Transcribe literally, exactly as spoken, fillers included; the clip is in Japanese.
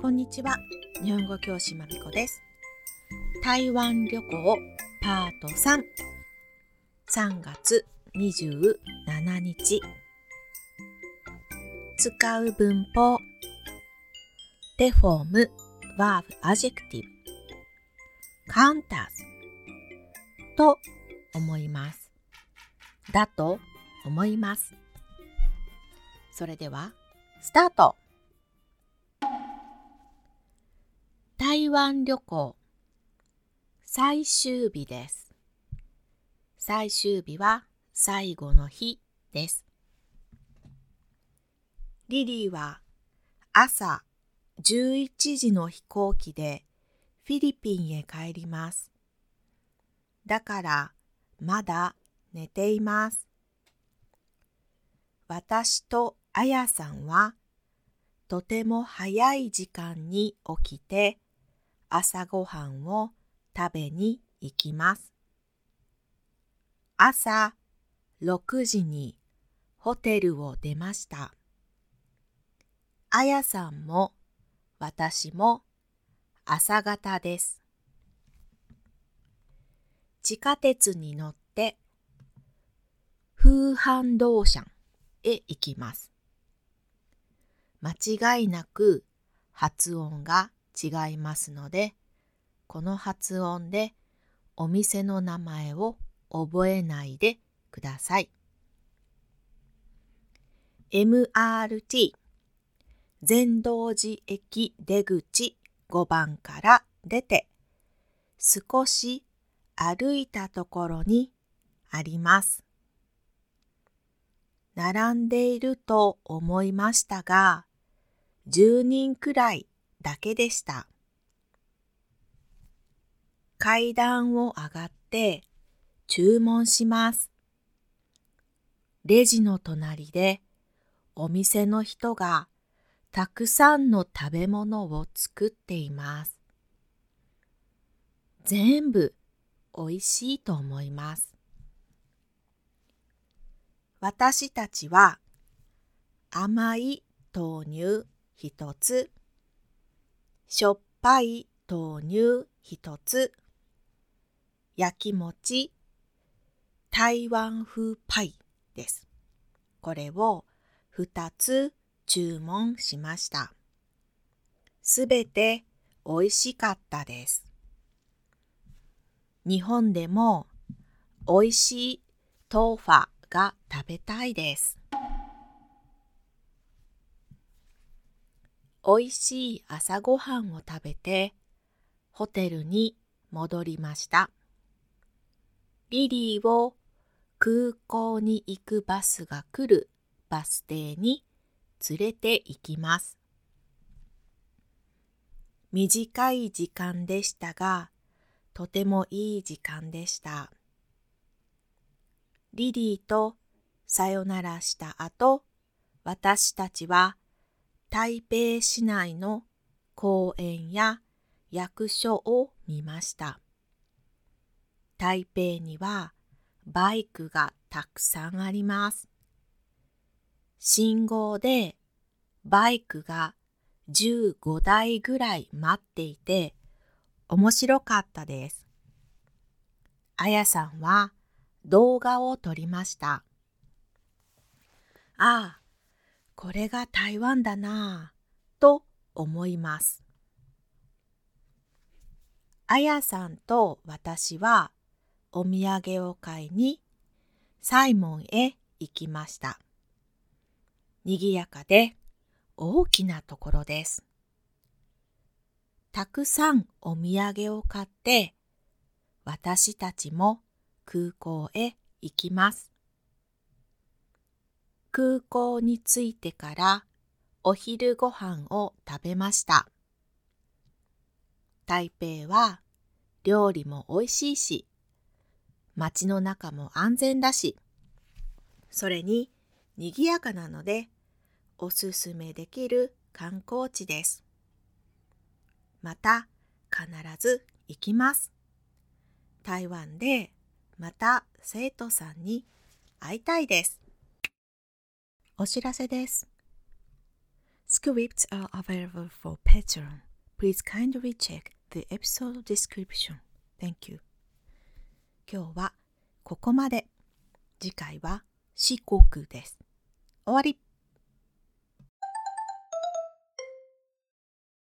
こんにちは。日本語教師まみこです。台湾旅行パートさん、さんがつにじゅうしちにち。使う文法、デフォーム、バーブ、アジェクティブ、カウンターズと思います。だと思います。それではスタート。台湾旅行最終日です。最終日は最後の日です。リリーは朝じゅういちじの飛行機でフィリピンへ帰ります。だからまだ寝ています。私とあやさんはとても早い時間に起きて朝ごはんを食べに行きます。朝ろくじにホテルを出ました。あやさんも私も朝方です。地下鉄に乗ってフーハンドーシャンへ行きます。間違いなく発音が違いますので、この発音でお店の名前を覚えないでください。エムアールティー 善導寺駅出口ごばんから出て少し歩いたところにあります。並んでいると思いましたが、じゅうにんくらいだけでした。階段を上がって注文します。レジの隣でお店の人がたくさんの食べ物を作っています。全部おいしいと思います。私たちは甘い豆乳一つ、しょっぱい豆乳一つ、焼き餅、台湾風パイです。これを二つ注文しました。すべておいしかったです。日本でもおいしいトーファが食べたいです。おいしい朝ごはんを食べてホテルに戻りました。リリーを空港に行くバスが来るバス停に連れて行きます。短い時間でしたが、とてもいい時間でした。リリーとさよならした後、私たちは台北市内の公園や役所を見ました。台北にはバイクがたくさんあります。信号でバイクがじゅうごだいぐらい待っていて面白かったです。あやさんは動画を撮りました。ああ、これが台湾だなぁと思います。あやさんと私はお土産を買いにサイモンへ行きました。にぎやかで大きなところです。たくさんお土産を買って私たちも空港へ行きます。空港に着いてからお昼ご飯を食べました。台北は料理もおいしいし、街の中も安全だし、それに賑やかなのでおすすめできる観光地です。また必ず行きます。台湾でまた生徒さんに会いたいです。お知らせです。 Scripts are available for Patreon. Please kindly check the episode description. Thank you. 今日はここまで。次回は四国です。終わり。